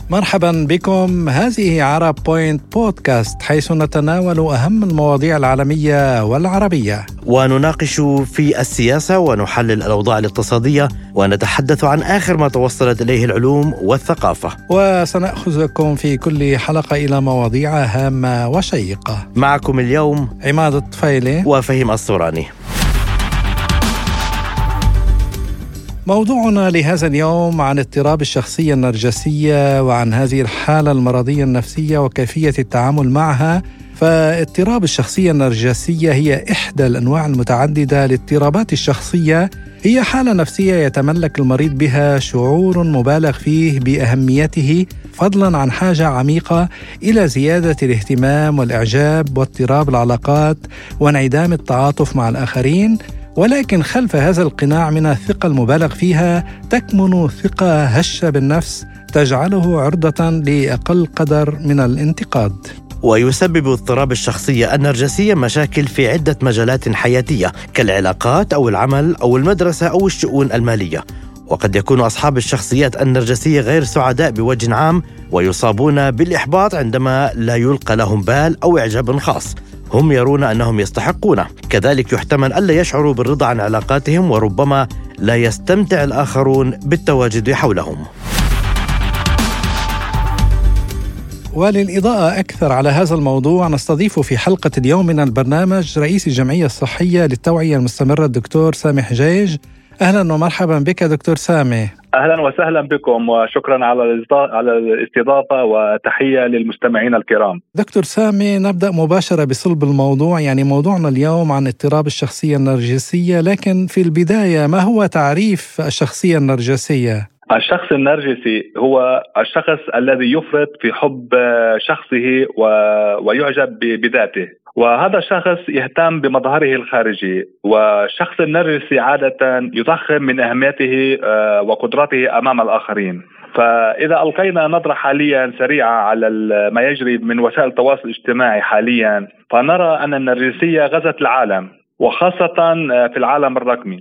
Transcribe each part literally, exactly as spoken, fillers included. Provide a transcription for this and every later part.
مرحبا بكم. هذه عرب بوينت بودكاست، حيث نتناول أهم المواضيع العالمية والعربية ونناقش في السياسة ونحلل الأوضاع الاقتصادية ونتحدث عن آخر ما توصلت إليه العلوم والثقافة. وسنأخذكم في كل حلقة إلى مواضيع هامة وشيقة. معكم اليوم عماد الطفيلي وفهيم الصوراني. موضوعنا لهذا اليوم عن اضطراب الشخصية النرجسية وعن هذه الحالة المرضية النفسية وكيفية التعامل معها. فاضطراب الشخصية النرجسية هي إحدى الأنواع المتعددة لاضطرابات الشخصية. هي حالة نفسية يتملك المريض بها شعور مبالغ فيه بأهميته، فضلاً عن حاجة عميقة إلى زيادة الاهتمام والإعجاب واضطراب العلاقات وانعدام التعاطف مع الآخرين. ولكن خلف هذا القناع من الثقة المبالغ فيها تكمن ثقة هشة بالنفس تجعله عرضة لأقل قدر من الانتقاد. ويسبب اضطراب الشخصية النرجسية مشاكل في عدة مجالات حياتية كالعلاقات أو العمل أو المدرسة أو الشؤون المالية. وقد يكون أصحاب الشخصيات النرجسية غير سعداء بوجه عام ويصابون بالإحباط عندما لا يلقى لهم بال أو إعجاب خاص هم يرون أنهم يستحقونه. كذلك يحتمل ألا يشعروا بالرضا عن علاقاتهم، وربما لا يستمتع الآخرون بالتواجد حولهم. وللإضاءة أكثر على هذا الموضوع نستضيف في حلقة اليوم من البرنامج رئيس الجمعية الصحية للتوعية المستمرة الدكتور سامي حجيج. أهلا ومرحبا بك دكتور سامي. أهلا وسهلا بكم وشكرا على على الاستضافة وتحية للمستمعين الكرام. دكتور سامي، نبدأ مباشرة بصلب الموضوع. يعني موضوعنا اليوم عن اضطراب الشخصية النرجسية، لكن في البداية ما هو تعريف الشخصية النرجسية؟ الشخص النرجسي هو الشخص الذي يفرط في حب شخصه ويعجب بذاته، وهذا الشخص يهتم بمظهره الخارجي. والشخص النرجسي عادة يضخم من أهميته وقدراته أمام الآخرين. فإذا ألقينا نظرة حاليا سريعة على ما يجري من وسائل التواصل الاجتماعي حاليا، فنرى أن النرجسية غزت العالم، وخاصة في العالم الرقمي.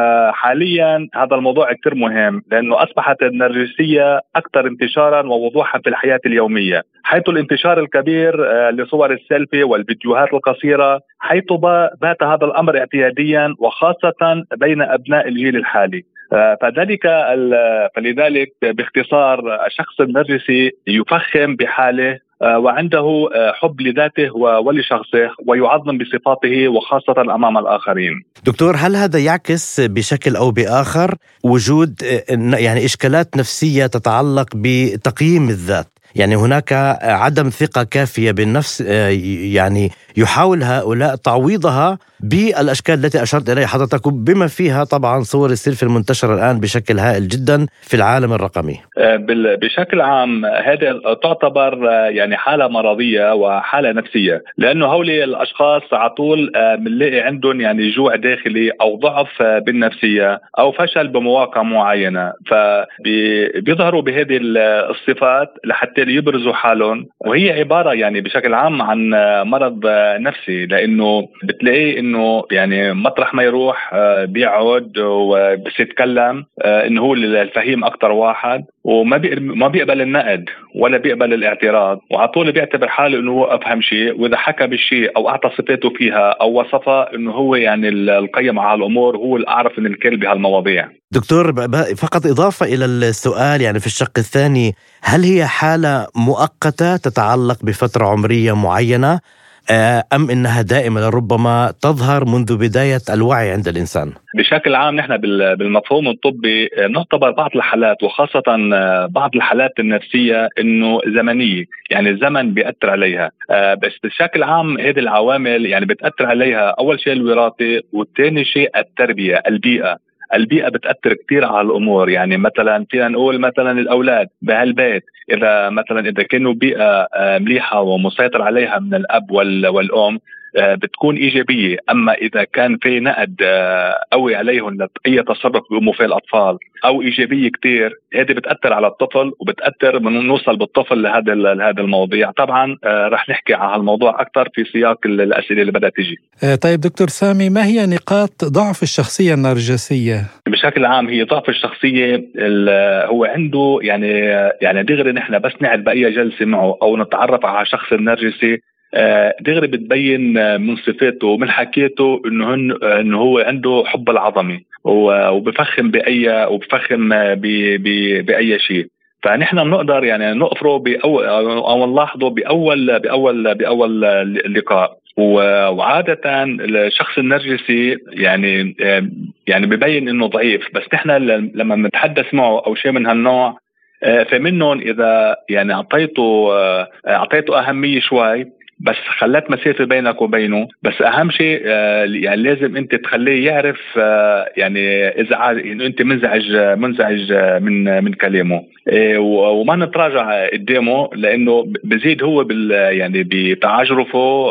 فحاليا هذا الموضوع كتير مهم، لأنه أصبحت النرجسية أكثر انتشارا ووضوحا في الحياة اليومية، حيث الانتشار الكبير لصور السيلفي والفيديوهات القصيرة، حيث بات هذا الأمر اعتياديا وخاصة بين أبناء الجيل الحالي. فذلك فلذلك باختصار الشخص النرجسي يفخم بحاله وعنده حب لذاته ولشخصه ويعظم بصفاته وخاصة أمام الآخرين. دكتور، هل هذا يعكس بشكل أو بآخر وجود يعني إشكالات نفسية تتعلق بتقييم الذات؟ يعني هناك عدم ثقة كافية بالنفس، يعني يحاول هؤلاء تعويضها بالأشكال التي أشرت إليها حضرتك، بما فيها طبعا صور السيلفي المنتشرة الآن بشكل هائل جدا في العالم الرقمي. بشكل عام هذه تعتبر يعني حالة مرضية وحالة نفسية، لأنه هؤلاء الأشخاص على طول بنلاقي عندهم يعني جوع داخلي أو ضعف بالنفسية أو فشل بمواقع معينة، فبيظهروا بهذه الصفات لحتى يبرزوا حالهم. وهي عبارة يعني بشكل عام عن مرض نفسي، لأنه بتلاقيه إنه يعني مطرح ما يروح بيقعد وبس يتكلم إنه هو الفهيم أكتر واحد، وما ما بيقبل النقد ولا بيقبل الاعتراض، وعلى طول بيعتبر حاله إنه هو أفهم شيء، وإذا حكى بالشيء أو أعطى صفاته فيها أو وصفها إنه هو يعني القيم على الأمور، هو الأعرف من الكل بهالمواضيع. دكتور، فقط إضافة إلى السؤال يعني في الشق الثاني، هل هي حالة مؤقتة تتعلق بفترة عمرية معينة أم إنها دائما لربما تظهر منذ بداية الوعي عند الإنسان؟ بشكل عام نحن بالمفهوم الطبي نعتبر بعض الحالات وخاصة بعض الحالات النفسية إنه زمنية، يعني الزمن بيأثر عليها. بس بشكل عام هذه العوامل يعني بتأثر عليها أول شيء الوراثة، والثاني شيء التربية، البيئة. البيئة بتأثر كثير على الأمور. يعني مثلا فينا نقول مثلا الأولاد بهالبيت، إذا مثلا إذا كانوا بيئة مليحة ومسيطر عليها من الأب والأم، بتكون إيجابية. أما إذا كان في نقد قوي عليهم لأي تصرف بيقوموا فيه الأطفال أو إيجابية كتير، هذه بتأثر على الطفل وبتأثر من نوصل بالطفل لهذا لهذا المواضيع. طبعا رح نحكي على الموضوع أكثر في سياق الأسئلة اللي بدأت تجي. طيب دكتور سامي، ما هي نقاط ضعف الشخصية النرجسية؟ بشكل عام هي ضعف الشخصية هو عنده يعني يعني دغري نحن بس نقعد بأي جلسة معه أو نتعرف على شخص النرجسي دغري بتبين من صفاته ومن حكيته انه انه هو عنده حب العظمه وبفخم باي وبفخم باي شيء. فنحن بنقدر يعني نقفره باول او نلاحظه باول باول باول لقاء. وعاده الشخص النرجسي يعني يعني ببين انه ضعيف، بس نحن لما بنتحدث معه او شيء من هالنوع فمنهم اذا يعني اعطيته اعطيته اهميه شوي بس خلت مسافة بينك وبينه. بس أهم شيء يعني لازم أنت تخليه يعرف يعني إذا إنه أنت منزعج منزعج من من كلامه وما نتراجع قدامه، لأنه بزيد هو بال يعني بتعجرفه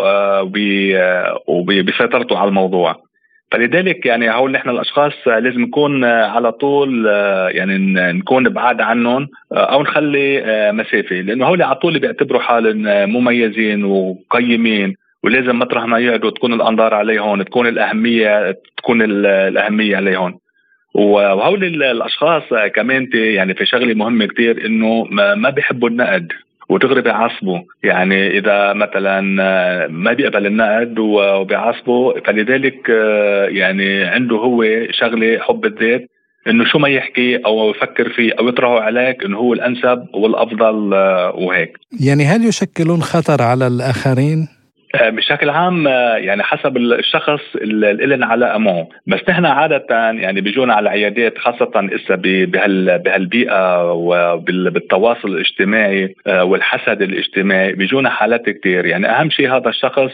وبسيطرته على الموضوع. فلذلك يعني هول نحن الأشخاص لازم نكون على طول يعني نكون بعاد عنهم أو نخلي مسافة، لأنه هول على طول بيعتبروا حالهم مميزين وقيمين، ولازم مطرح ما يقعدوا تكون الأنظار عليهم، تكون الأهمية تكون الأهمية عليهم. وهول الأشخاص كمان يعني في شغلة مهمة كتير إنه ما بيحبوا النقد وتغرب بعصبه. يعني إذا مثلا ما بيقبل النقد وبيعصبه، فلذلك يعني عنده هو شغلة حب الذات، إنه شو ما يحكي أو يفكر فيه أو يطرحه عليك إنه هو الأنسب والأفضل وهيك. يعني هل يشكلون خطر على الآخرين؟ بشكل عام يعني حسب الشخص اللي لنا علاقة معه. بس نحن عادة يعني بيجونا على العيادات خاصة إسا بهالبيئة وبالتواصل الاجتماعي والحسد الاجتماعي بيجونا حالات كتير. يعني أهم شيء هذا الشخص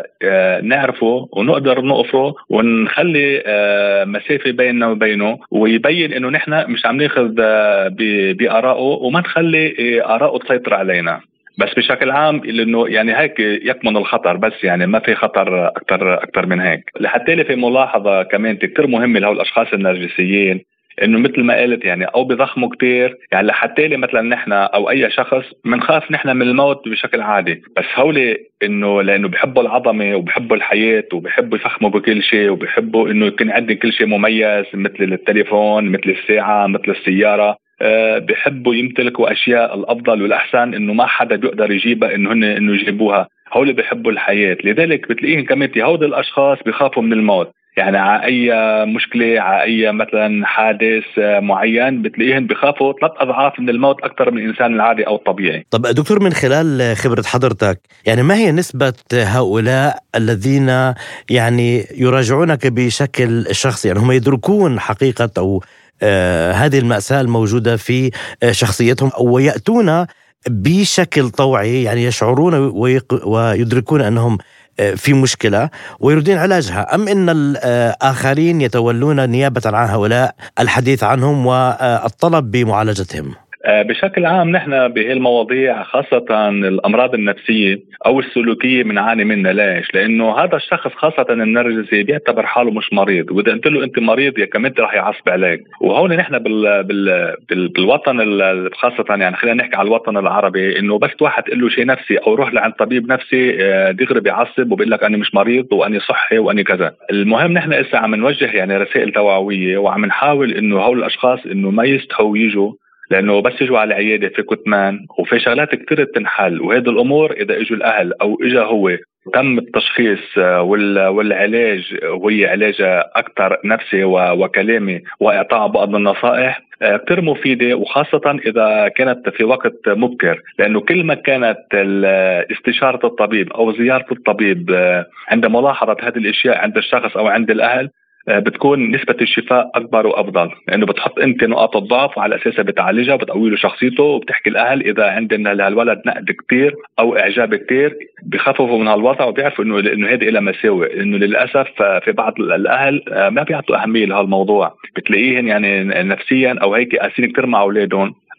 نعرفه ونقدر نقفره ونخلي مسافة بيننا وبينه، ويبين إنه نحن مش عم ناخذ بآرائه وما نخلي آرائه تسيطر علينا. بس بشكل عام لأنه يعني هيك يكمن الخطر، بس يعني ما في خطر أكتر أكتر من هيك. لحتى في ملاحظة كمان كتير مهمة لهؤلاء الأشخاص النرجسيين، إنه مثل ما قلت يعني أو بضخموا كتير. يعني لحتى مثلا نحن أو أي شخص منخاف نحن من الموت بشكل عادي، بس هولي إنه لأنه بيحبوا العظمة وبيحبوا الحياة وبيحبوا يفخموا بكل شيء وبيحبوا إنه يكون عندي كل شيء مميز، مثل التليفون مثل الساعة مثل السيارة. أه بيحبوا يمتلكوا أشياء الأفضل والأحسن إنه ما حدا بيقدر يجيبها إنه هن إنه يجيبوها. هؤلاء بيحبوا الحياة، لذلك بتلاقيهم كمان هؤلاء الأشخاص بيخافوا من الموت. يعني على أي مشكلة على أي مثلا حادث معين بتلاقيهم بيخافوا ثلاث أضعاف من الموت أكثر من الإنسان العادي أو الطبيعي. طب دكتور، من خلال خبرة حضرتك يعني ما هي نسبة هؤلاء الذين يعني يراجعونك بشكل شخصي، يعني هم يدركون حقيقة أو آه هذه المأساة الموجودة في آه شخصيتهم ويأتون بشكل طوعي، يعني يشعرون ويدركون أنهم آه في مشكلة ويريدون علاجها، أم إن الآخرين يتولون نيابة عن هؤلاء الحديث عنهم والطلب بمعالجتهم؟ بشكل عام نحن بهالمواضيع خاصة الأمراض النفسية أو السلوكية بنعاني منها. ليش؟ لأنه هذا الشخص خاصة النرجسي بيعتبر حاله مش مريض، وإذا قلت له أنت مريض يا كمان راح يعصب عليك. وهون نحن بال بال بال بالوطن خاصة يعني خلينا نحكي على الوطن العربي، إنه بس واحد تقول له شيء نفسي أو روح لعند طبيب نفسي دغري بيعصب وبيقول لك أنا مش مريض وأنا صحي وأنا كذا. المهم نحن إسا عم نوجه يعني رسائل توعوية وعم نحاول إنه هؤلاء الأشخاص إنه ما يستحوا يجوا، لأنه بس يجوا على العيادة في كتمان وفي شغلات كتير تنحل. وهذه الأمور إذا إجوا الأهل أو إجا هو تم التشخيص والعلاج وهي علاج أكثر نفسي وكلامي وإعطاء بعض النصائح كتير مفيدة، وخاصة إذا كانت في وقت مبكر. لأنه كل ما كانت استشارة الطبيب أو زيارة الطبيب عند ملاحظة هذه الأشياء عند الشخص أو عند الأهل بتكون نسبة الشفاء أكبر وأفضل، لأنه بتحط أنت نقاط الضعف وعلى أساسها بتعالجها وبتقوي له شخصيته. وبتحكي الأهل إذا عندنا لهالولد نقد كتير أو إعجاب كتير بخففوا من هالوضع وبيعرفوا إنه إنه هذه إلى مساوئ. إنه للأسف في بعض الأهل ما بيعطوا أهمية لهالموضوع، بتلاقيهم يعني نفسيا أو هيك قاسين كتير مع أولادهم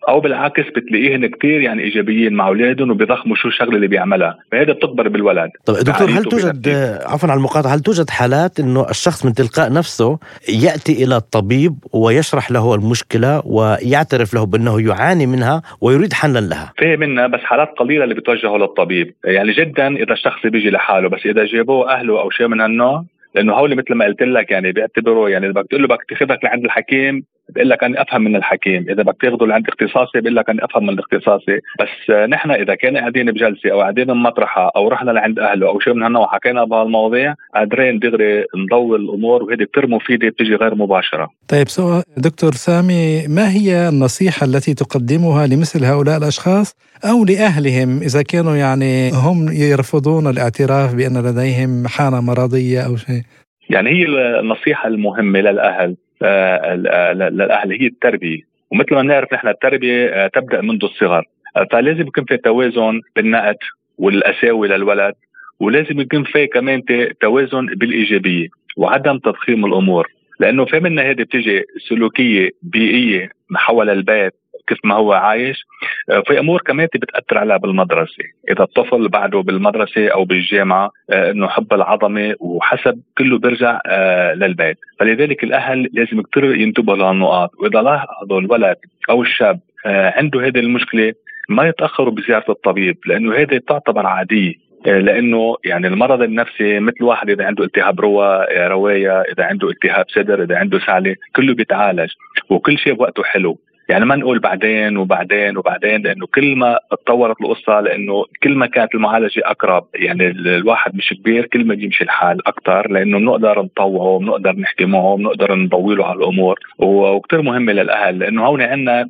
او بالعكس بتلاقيهن كتير يعني ايجابيين مع اولادهم وبيضخموا شو الشغله اللي بيعملها، فهذا بتكبر بالولد. طب دكتور، هل توجد عفوا على المقاطعه هل توجد حالات انه الشخص من تلقاء نفسه ياتي الى الطبيب ويشرح له المشكله ويعترف له بانه يعاني منها ويريد حلا لها؟ في منها بس حالات قليله اللي بتوجهوا للطبيب، يعني جدا اذا الشخص بيجي لحاله، بس اذا جابوه اهله او شيء من هالنوع، لانه هول مثل ما قلت لك يعني بيعتبروا يعني بدك تقول له بدك تاخذك لعند الحكيم بقول لك انا افهم من الحكيم، اذا بدك تاخذه لعند اختصاصي بقول لك انا افهم من الاختصاصي. بس نحن اذا كنا قاعدين بجلسه او قاعدين بمطرحه او رحنا لعند اهله او شيء من هالنوع وحكينا بهالمواضيع قادرين دغري نضوي الامور، وهذه كثير مفيده بتجي غير مباشره. طيب سؤال دكتور سامي، ما هي النصيحه التي تقدمها لمثل هؤلاء الاشخاص او لاهلهم اذا كانوا يعني هم يرفضون الاعتراف بان لديهم حاله مرضيه او شيء؟ يعني هي النصيحه المهمه للاهل آه للاهل هي التربيه، ومثل ما بنعرف نحن التربيه آه تبدا منذ الصغر، آه فلازم يكون في توازن بالنقد والقساوه للولد، ولازم يكون في كمان توازن بالايجابيه وعدم تضخيم الامور، لانه في منا هذه بتيجي سلوكيه بيئيه حول البيت كيف ما هو عايش، في امور كمان بتاثر عليها بالمدرسه، اذا الطفل بعده بالمدرسه او بالجامعه انه حب العظمه وحسب كله بيرجع للبيت، فلذلك الاهل لازم كثير ينتبهوا لهالنقاط، واذا لاحظوا الولد او الشاب عنده هذه المشكله ما يتاخروا بزياره الطبيب، لانه هذه تعتبر عاديه، لانه يعني المرض النفسي مثل واحد اذا عنده التهاب روا روايه، اذا عنده التهاب صدر، اذا عنده سعله، كله بيتعالج وكل شيء بوقته حلو، يعني ما نقول بعدين وبعدين وبعدين، لانه كل ما تطورت القصه، لانه كل ما كانت المعالجه اقرب، يعني الواحد مش كبير كل ما بيمشي الحال اكثر، لانه بنقدر نطوعه، بنقدر نحكي معه، بنقدر نضوي له على الامور، وكثير مهمه للاهل، لانه هون عندنا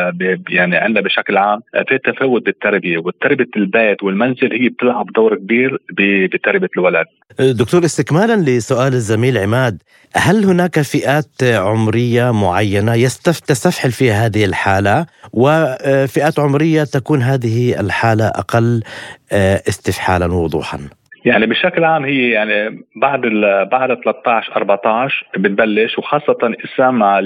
يعني عندنا بشكل عام في تفاوت بالتربيه، والتربيه البيت والمنزل هي بتلعب دور كبير بتربيه الولد. دكتور، استكمالا لسؤال الزميل عماد، هل هناك فئات عمرية معينة يستفحل فيها هذه الحالة وفئات عمرية تكون هذه الحالة أقل استفحالا ووضوحا؟ يعني بشكل عام هي يعني بعد بعد ثلاثة عشر أربعة عشر بتبلش، وخاصة إسا مع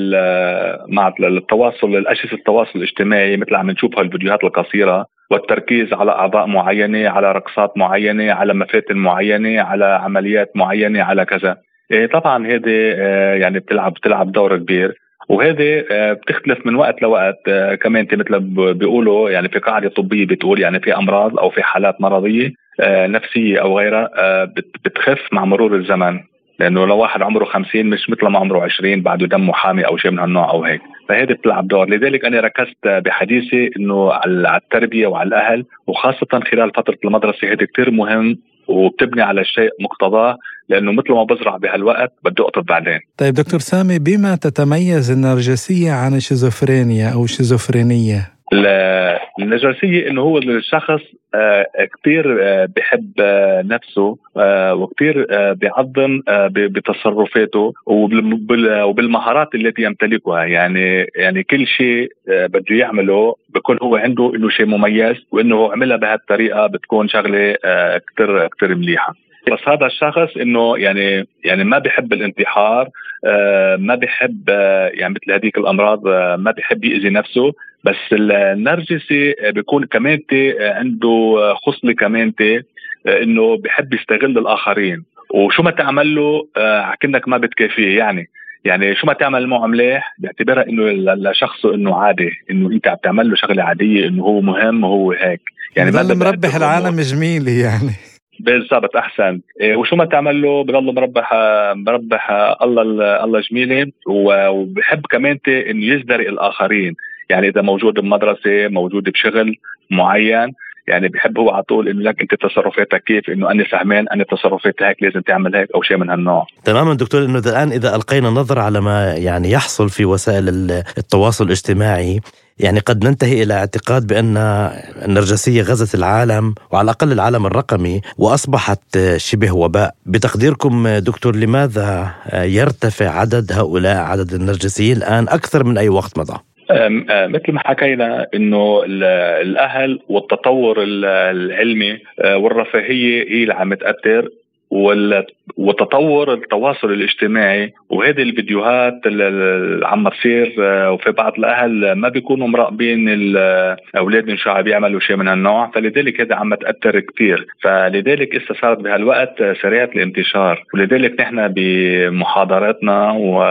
مع التواصل الأجهزة التواصل الاجتماعي مثل عم نشوف هالفيديوهات القصيرة، والتركيز على أعضاء معينة، على رقصات معينة، على مفاتن معينة، على عمليات معينة، على كذا. طبعا هذه يعني بتلعب بتلعب دور كبير، وهذه بتختلف من وقت لوقت كمان، مثل بيقولوا يعني في قاعدة طبية بتقول يعني في أمراض أو في حالات مرضية نفسية أو غيرها بتخف مع مرور الزمن، لأنه لو واحد عمره خمسين مش مثل ما عمره عشرين بعده دم محامي أو شيء من هالنوع أو هيك، فهذه بتلعب دور. لذلك أنا ركزت بحديثي إنه على التربية وعلى الأهل، وخاصة خلال فترة المدرسة، هذا كتير مهم وبتبني على الشيء مقتضاه، لأنه مثل ما بزرع بهالوقت بده أقطف بعدين. طيب دكتور سامي، بما تتميز النرجسية عن الشيزوفرينيا أو الشيزوفرينية؟ النرجسية إنه هو الشخص آه كتير آه بحب آه نفسه آه وكتير آه بيعظم آه بتصرفاته وبالمهارات التي يمتلكها، يعني يعني كل شيء آه بده يعمله بيكون هو عنده إنه شيء مميز، وإنه عملها بهالطريقة بتكون شغلة آه كتير كتير مليحة. بس هذا الشخص انه يعني يعني ما بيحب الانتحار، آه ما بيحب آه يعني مثل هذيك الامراض، آه ما بيحب يأذي نفسه. بس النرجسي بيكون كمان عنده خصلة كمان آه انه بيحب يستغل الاخرين، وشو ما تعمل له آه كأنك ما بتكافيه، يعني يعني شو ما تعمل معه مليح بيعتبرها انه لشخصه انه عادي، انه انت عم تعمل له شغله عاديه، انه هو مهم وهو هيك، يعني بضل مربح العالم جميل يعني. بالضبط، احسن. إيه وشو ما تعمل له بضل مربح مربح الله الله جميله، وبحب كمان انه يزدري الاخرين، يعني اذا موجود بمدرسه، موجود بشغل معين، يعني بحب هو على طول انه لك انت تصرفاتك كيف، انه انا فهمان، انا تصرفاتي هيك لازم تعمل هيك او شيء من هالنوع. تماما دكتور، انه الان اذا القينا نظره على ما يعني يحصل في وسائل التواصل الاجتماعي، يعني قد ننتهي إلى اعتقاد بأن النرجسية غزت العالم، وعلى الأقل العالم الرقمي، وأصبحت شبه وباء. بتقديركم دكتور، لماذا يرتفع عدد هؤلاء عدد النرجسيين الآن أكثر من أي وقت مضى؟ مثل ما حكينا انه الاهل والتطور العلمي والرفاهيه هي اللي عم تاثر، وتطور التواصل الاجتماعي. وهذه الفيديوهات اللي عم تصير، وفي بعض الأهل ما بيكونوا مراقبين الأولاد شو عم بيعملوا شيء من هالنوع، فلذلك هذا عم تأثر كتير. فلذلك إسا صارت بهالوقت سريعة الانتشار. ولذلك نحن بمحاضراتنا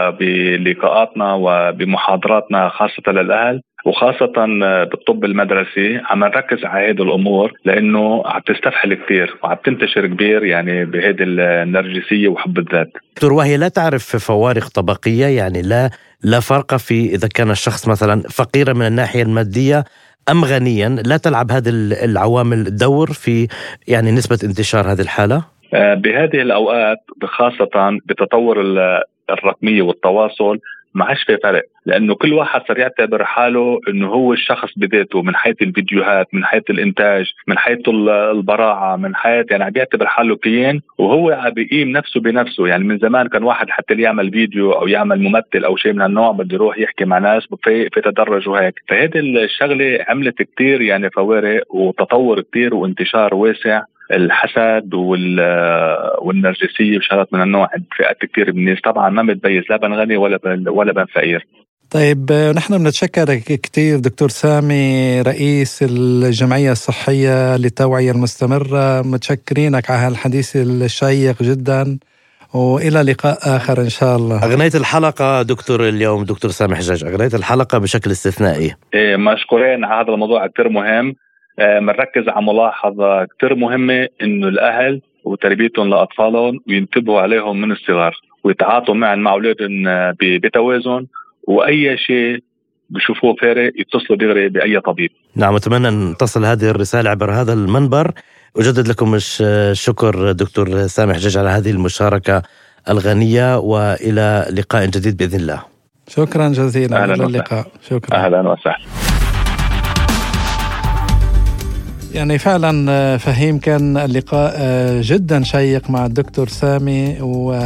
وبلقاءاتنا وبمحاضراتنا خاصة للأهل وخاصة بالطب المدرسي عم نركز على هذه الأمور، لأنه عم تستفحل كتير وعم تنتشر كبير يعني بهذه النرجسية وحب الذات. دكتور، وهي لا تعرف فوارق طبقية، يعني لا لا فرق في إذا كان الشخص مثلا فقيرا من الناحية المادية أم غنيا، لا تلعب هذه العوامل دور في يعني نسبة انتشار هذه الحالة؟ بهذه الأوقات خاصة بتطور الرقمية والتواصل ما عادش في فرق، لأنه كل واحد صار يعتبر حاله إنه هو الشخص بذاته، من حيث الفيديوهات، من حيث الإنتاج، من حيث البراعة، من حيث يعني عم يعتبر حاله كيان، وهو عم بيقيم نفسه بنفسه. يعني من زمان كان واحد حتى يعمل فيديو أو يعمل ممثل أو شيء من النوع بده يروح يحكي مع ناس في في تدرج وهيك. فهذه الشغلة عملت كتير يعني فوارق وتطور كتير وانتشار واسع الحسد والنرجسية وشغلات من النوع عند فئات كتير من الناس. طبعا ما بتبيز لا بن غني ولا بن ولا بن فقير. طيب، نحن بنتشكرك كتير دكتور سامي، رئيس الجمعية الصحية للتوعية المستمرة. متشكرينك على هالحديث الشيق جدا، وإلى لقاء آخر إن شاء الله. أغنيت الحلقة دكتور اليوم، دكتور سامي حجاج، أغنيت الحلقة بشكل استثنائي. إيه، مشكورين على هذا الموضوع كتير مهم. بنركز على ملاحظة كتير مهمة، إنه الأهل وتربيتهم لأطفالهم وينتبهوا عليهم من الصغر ويتعاطوا معا مع أولادهم بتوازن، وأي شيء بشوفوه فارق يتصلوا دغري بأي طبيب. نعم، أتمنى أن تصل هذه الرسالة عبر هذا المنبر. أجدد لكم الشكر دكتور سامي حجاج على هذه المشاركة الغنية، وإلى لقاء جديد بإذن الله. شكرا جزيلا. إلى اللقاء. شكرا. أهلا وسهلا. يعني فعلا فهيم، كان اللقاء جدا شيق مع الدكتور سامي،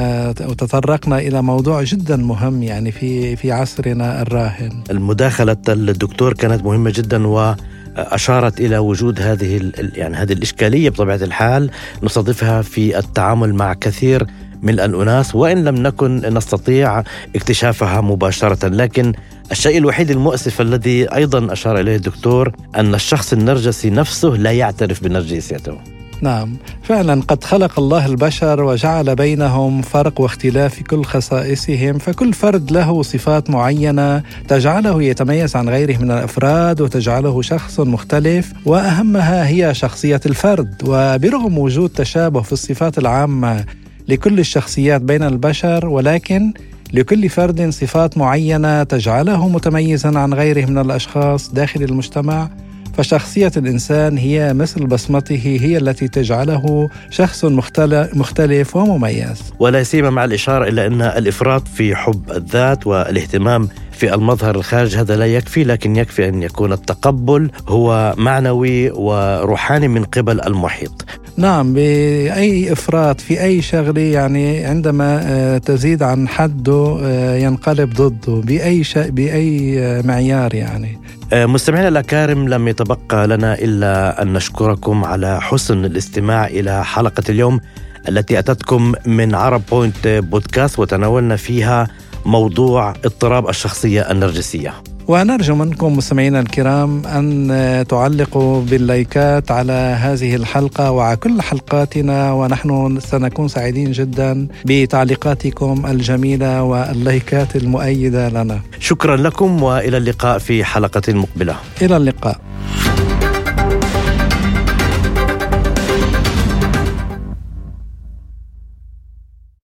وتطرقنا إلى موضوع جدا مهم يعني في في عصرنا الراهن. المداخلة الدكتور كانت مهمة جدا، وأشارت إلى وجود هذه يعني هذه الإشكالية بطبيعة الحال نصادفها في التعامل مع كثير من الأناس، وإن لم نكن نستطيع اكتشافها مباشرة. لكن الشيء الوحيد المؤسف الذي أيضا أشار إليه الدكتور أن الشخص النرجسي نفسه لا يعترف بنرجسيته. نعم، فعلا قد خلق الله البشر وجعل بينهم فرق واختلاف في كل خصائصهم، فكل فرد له صفات معينة تجعله يتميز عن غيره من الأفراد وتجعله شخص مختلف، وأهمها هي شخصية الفرد. وبرغم وجود تشابه في الصفات العامة لكل الشخصيات بين البشر، ولكن لكل فرد صفات معينة تجعله متميزا عن غيره من الأشخاص داخل المجتمع. فشخصية الإنسان هي مثل بصمته، هي التي تجعله شخص مختلف ومميز. ولا سيما مع الإشارة إلى أن الإفراط في حب الذات والاهتمام في المظهر الخارج هذا لا يكفي، لكن يكفي أن يكون التقبل هو معنوي وروحاني من قبل المحيط. نعم، بأي إفراط في أي شغلة يعني عندما تزيد عن حده ينقلب ضده بأي شيء بأي معيار. يعني مستمعينا الأكارم، لم يتبقى لنا إلا أن نشكركم على حسن الاستماع إلى حلقة اليوم التي أتتكم من عرب بوينت بودكاست، وتناولنا فيها موضوع اضطراب الشخصية النرجسية. ونرجو منكم مستمعينا الكرام أن تعلقوا باللايكات على هذه الحلقة وعلى كل حلقاتنا، ونحن سنكون سعيدين جدا بتعليقاتكم الجميلة واللايكات المؤيدة لنا. شكرا لكم، وإلى اللقاء في حلقة مقبلة. إلى اللقاء.